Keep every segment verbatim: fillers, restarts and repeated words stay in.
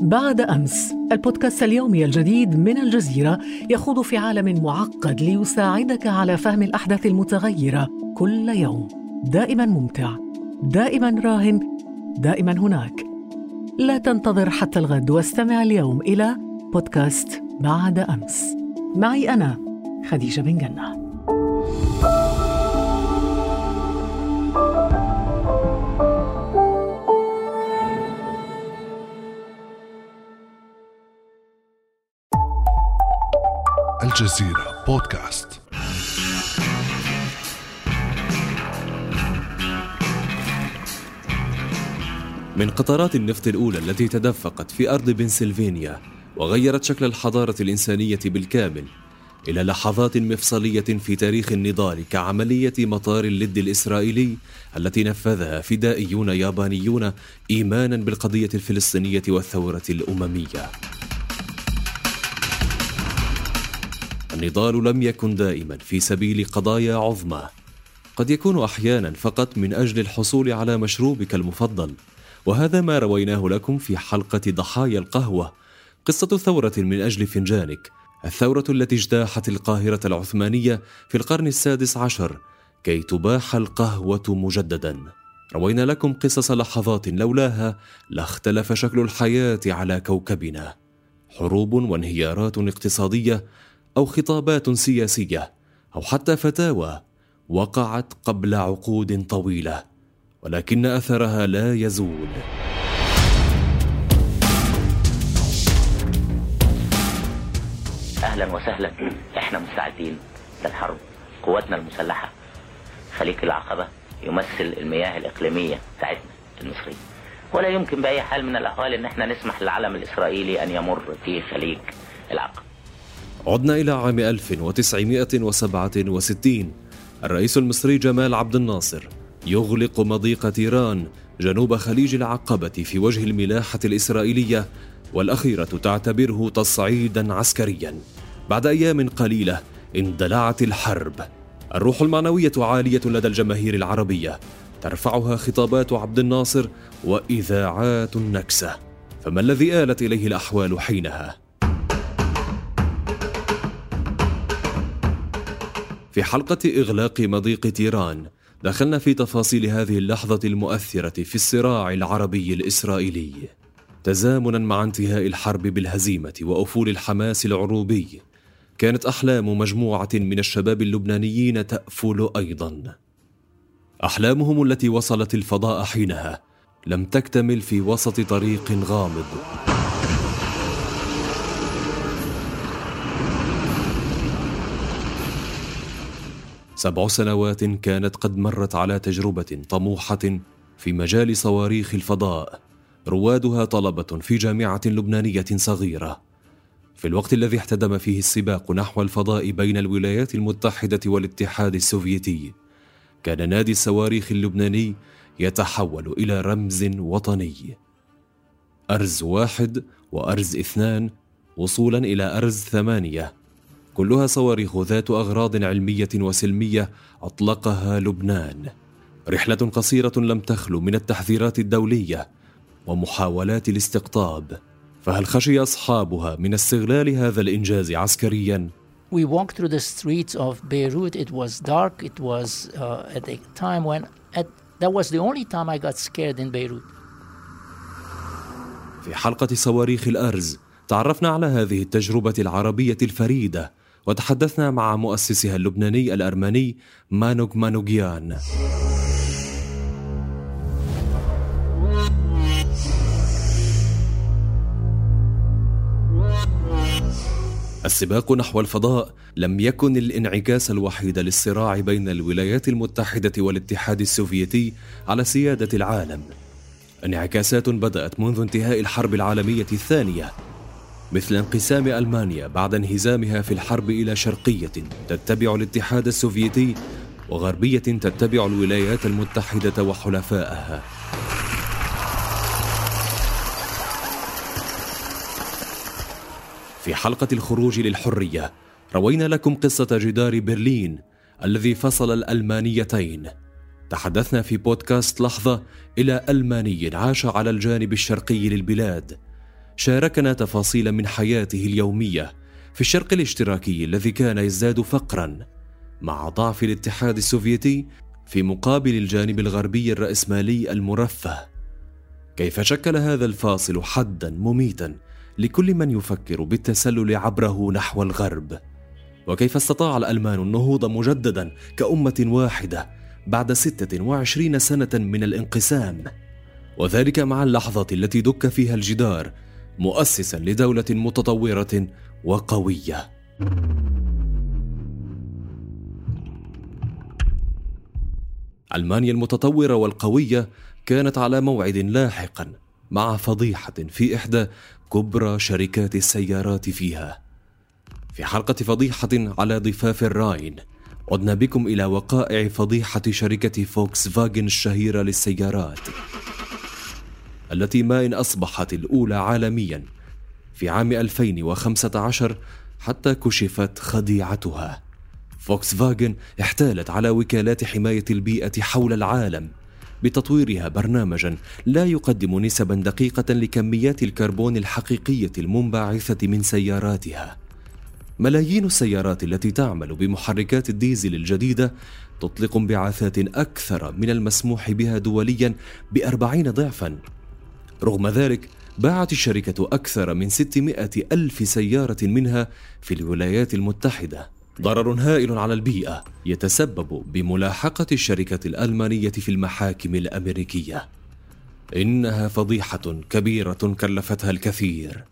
بعد أمس، البودكاست اليومي الجديد من الجزيرة يخوض في عالم معقد ليساعدك على فهم الأحداث المتغيرة كل يوم. دائما ممتع، دائما راهن، دائما هناك. لا تنتظر حتى الغد واستمع اليوم إلى بودكاست بعد أمس معي أنا خديجة بن جنة. الجزيرة بودكاست. من قطرات النفط الأولى التي تدفقت في أرض بنسلفانيا وغيرت شكل الحضارة الإنسانية بالكامل، إلى لحظات مفصلية في تاريخ النضال كعملية مطار اللد الإسرائيلي التي نفذها فدائيون يابانيون إيمانا بالقضية الفلسطينية والثورة الأممية. النضال لم يكن دائما في سبيل قضايا عظمى، قد يكون أحيانا فقط من أجل الحصول على مشروبك المفضل، وهذا ما رويناه لكم في حلقة ضحايا القهوة، قصة ثورة من أجل فنجانك، الثورة التي اجتاحت القاهرة العثمانية في القرن السادس عشر كي تباح القهوة مجددا. روينا لكم قصص لحظات لولاها لاختلف شكل الحياة على كوكبنا، حروب وانهيارات اقتصادية أو خطابات سياسية أو حتى فتاوى وقعت قبل عقود طويلة، ولكن أثرها لا يزول. أهلا وسهلا، إحنا مستعدين للحرب. قواتنا المسلحة خليج العقبة يمثل المياه الإقليمية بتاعتنا المصرية، ولا يمكن بأي حال من الأحوال إن إحنا نسمح للعلم الإسرائيلي أن يمر في خليج العقبة. عدنا إلى عام ألف وتسعمائة وسبعة وستين. الرئيس المصري جمال عبد الناصر يغلق مضيق تيران جنوب خليج العقبة في وجه الملاحة الإسرائيلية، والأخيرة تعتبره تصعيدا عسكريا. بعد أيام قليلة اندلعت الحرب. الروح المعنوية عالية لدى الجماهير العربية، ترفعها خطابات عبد الناصر وإذاعات النكسة. فما الذي آلت إليه الأحوال حينها؟ في حلقة إغلاق مضيق تيران دخلنا في تفاصيل هذه اللحظة المؤثرة في الصراع العربي الإسرائيلي، تزامنا مع انتهاء الحرب بالهزيمة وأفول الحماس العروبي. كانت أحلام مجموعة من الشباب اللبنانيين تأفل أيضا. أحلامهم التي وصلت الفضاء حينها لم تكتمل في وسط طريق غامض. سبع سنوات كانت قد مرت على تجربة طموحة في مجال صواريخ الفضاء، روادها طلبة في جامعة لبنانية صغيرة. في الوقت الذي احتدم فيه السباق نحو الفضاء بين الولايات المتحدة والاتحاد السوفيتي، كان نادي الصواريخ اللبناني يتحول إلى رمز وطني. أرز واحد وأرز اثنان وصولا إلى أرز ثمانية، كلها صواريخ ذات أغراض علمية وسلمية أطلقها لبنان. رحلة قصيرة لم تخلو من التحذيرات الدولية ومحاولات الاستقطاب، فهل خشي أصحابها من استغلال هذا الإنجاز عسكريا؟ We walked through the streets of Beirut. It was dark. It was uh, at a time when at, that was the only time I got scared in Beirut. في حلقة صواريخ الأرز تعرفنا على هذه التجربة العربية الفريدة، وتحدثنا مع مؤسسها اللبناني الأرمني مانوك مانوغيان. السباق نحو الفضاء لم يكن الانعكاس الوحيد للصراع بين الولايات المتحدة والاتحاد السوفيتي على سيادة العالم. انعكاسات بدأت منذ انتهاء الحرب العالمية الثانية، مثل انقسام ألمانيا بعد انهزامها في الحرب إلى شرقية تتبع الاتحاد السوفيتي وغربية تتبع الولايات المتحدة وحلفائها. في حلقة الخروج للحرية روينا لكم قصة جدار برلين الذي فصل الألمانيتين. تحدثنا في بودكاست لحظة إلى ألماني عاش على الجانب الشرقي للبلاد، شاركنا تفاصيل من حياته اليومية في الشرق الاشتراكي الذي كان يزداد فقرا مع ضعف الاتحاد السوفيتي في مقابل الجانب الغربي الرأسمالي المرفه. كيف شكل هذا الفاصل حدا مميتا لكل من يفكر بالتسلل عبره نحو الغرب، وكيف استطاع الألمان النهوض مجددا كأمة واحدة بعد ستة وعشرين سنة من الانقسام، وذلك مع اللحظة التي دك فيها الجدار مؤسسا لدولة متطورة وقوية. ألمانيا المتطورة والقوية كانت على موعد لاحقا مع فضيحة في إحدى كبرى شركات السيارات فيها. في حلقة فضيحة على ضفاف الراين عدنا بكم إلى وقائع فضيحة شركة فوكس فاجن الشهيرة للسيارات، التي ما إن أصبحت الأولى عالميا في عام ألفين وخمسة عشر حتى كشفت خديعتها. فوكس فاجن احتالت على وكالات حماية البيئة حول العالم بتطويرها برنامجا لا يقدم نسبا دقيقة لكميات الكربون الحقيقية المنبعثة من سياراتها. ملايين السيارات التي تعمل بمحركات الديزل الجديدة تطلق انبعاثات أكثر من المسموح بها دوليا بأربعين ضعفا. رغم ذلك باعت الشركة أكثر من ستمائة ألف سيارة منها في الولايات المتحدة، ضرر هائل على البيئة يتسبب بملاحقة الشركة الألمانية في المحاكم الأمريكية. إنها فضيحة كبيرة كلفتها الكثير.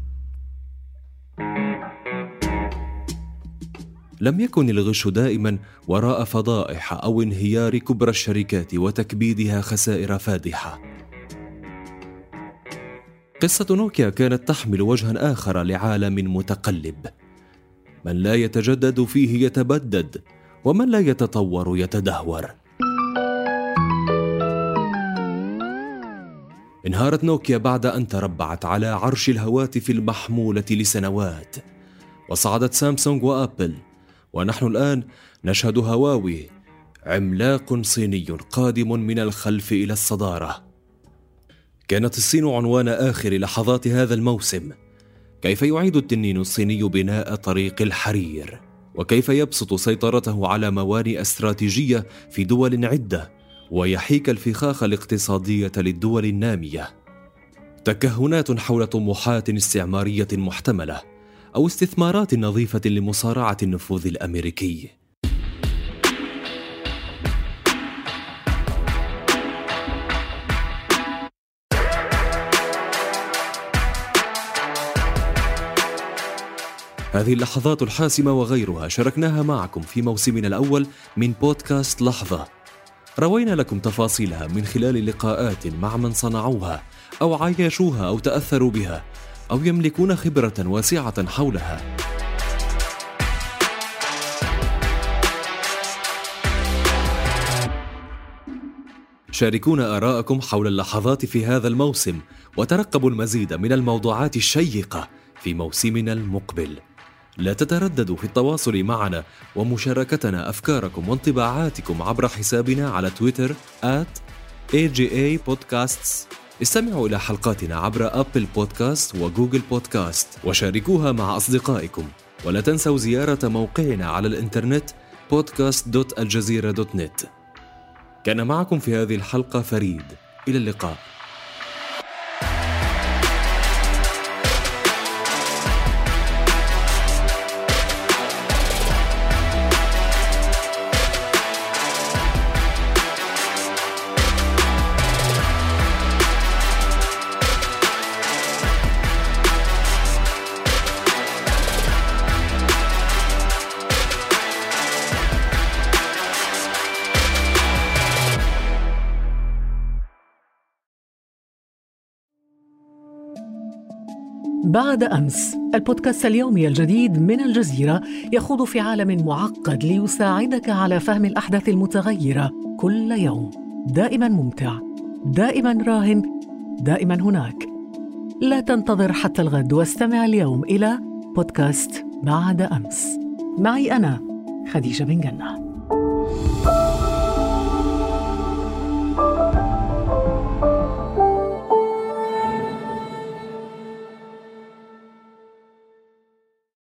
لم يكن الغش دائما وراء فضائح أو انهيار كبرى الشركات وتكبيدها خسائر فادحة. قصة نوكيا كانت تحمل وجها آخر لعالم متقلب، من لا يتجدد فيه يتبدد، ومن لا يتطور يتدهور. انهارت نوكيا بعد أن تربعت على عرش الهواتف المحمولة لسنوات، وصعدت سامسونج وآبل، ونحن الآن نشهد هواوي، عملاق صيني قادم من الخلف إلى الصدارة. كانت الصين عنوان آخر لحظات هذا الموسم. كيف يعيد التنين الصيني بناء طريق الحرير، وكيف يبسط سيطرته على موانئ استراتيجية في دول عدة، ويحيك الفخاخ الاقتصادية للدول النامية. تكهنات حول طموحات استعمارية محتملة أو استثمارات نظيفة لمصارعة النفوذ الأمريكي. هذه اللحظات الحاسمة وغيرها شاركناها معكم في موسمنا الأول من بودكاست لحظة. روينا لكم تفاصيلها من خلال لقاءات مع من صنعوها أو عايشوها أو تأثروا بها أو يملكون خبرة واسعة حولها. شاركونا آراءكم حول اللحظات في هذا الموسم، وترقبوا المزيد من الموضوعات الشيقة في موسمنا المقبل. لا تترددوا في التواصل معنا ومشاركتنا أفكاركم وانطباعاتكم عبر حسابنا على تويتر آت إيه جي إيه بودكاستس. استمعوا إلى حلقاتنا عبر أبل بودكاست وجوجل بودكاست وشاركوها مع أصدقائكم. ولا تنسوا زيارة موقعنا على الإنترنت بودكاست دوت الجزيرة دوت نت. كان معكم في هذه الحلقة فريد. إلى اللقاء. بعد أمس، البودكاست اليومي الجديد من الجزيرة يخوض في عالم معقد ليساعدك على فهم الأحداث المتغيرة كل يوم. دائما ممتع، دائما راهن، دائما هناك. لا تنتظر حتى الغد واستمع اليوم إلى بودكاست بعد أمس. معي أنا خديجة بن جنة.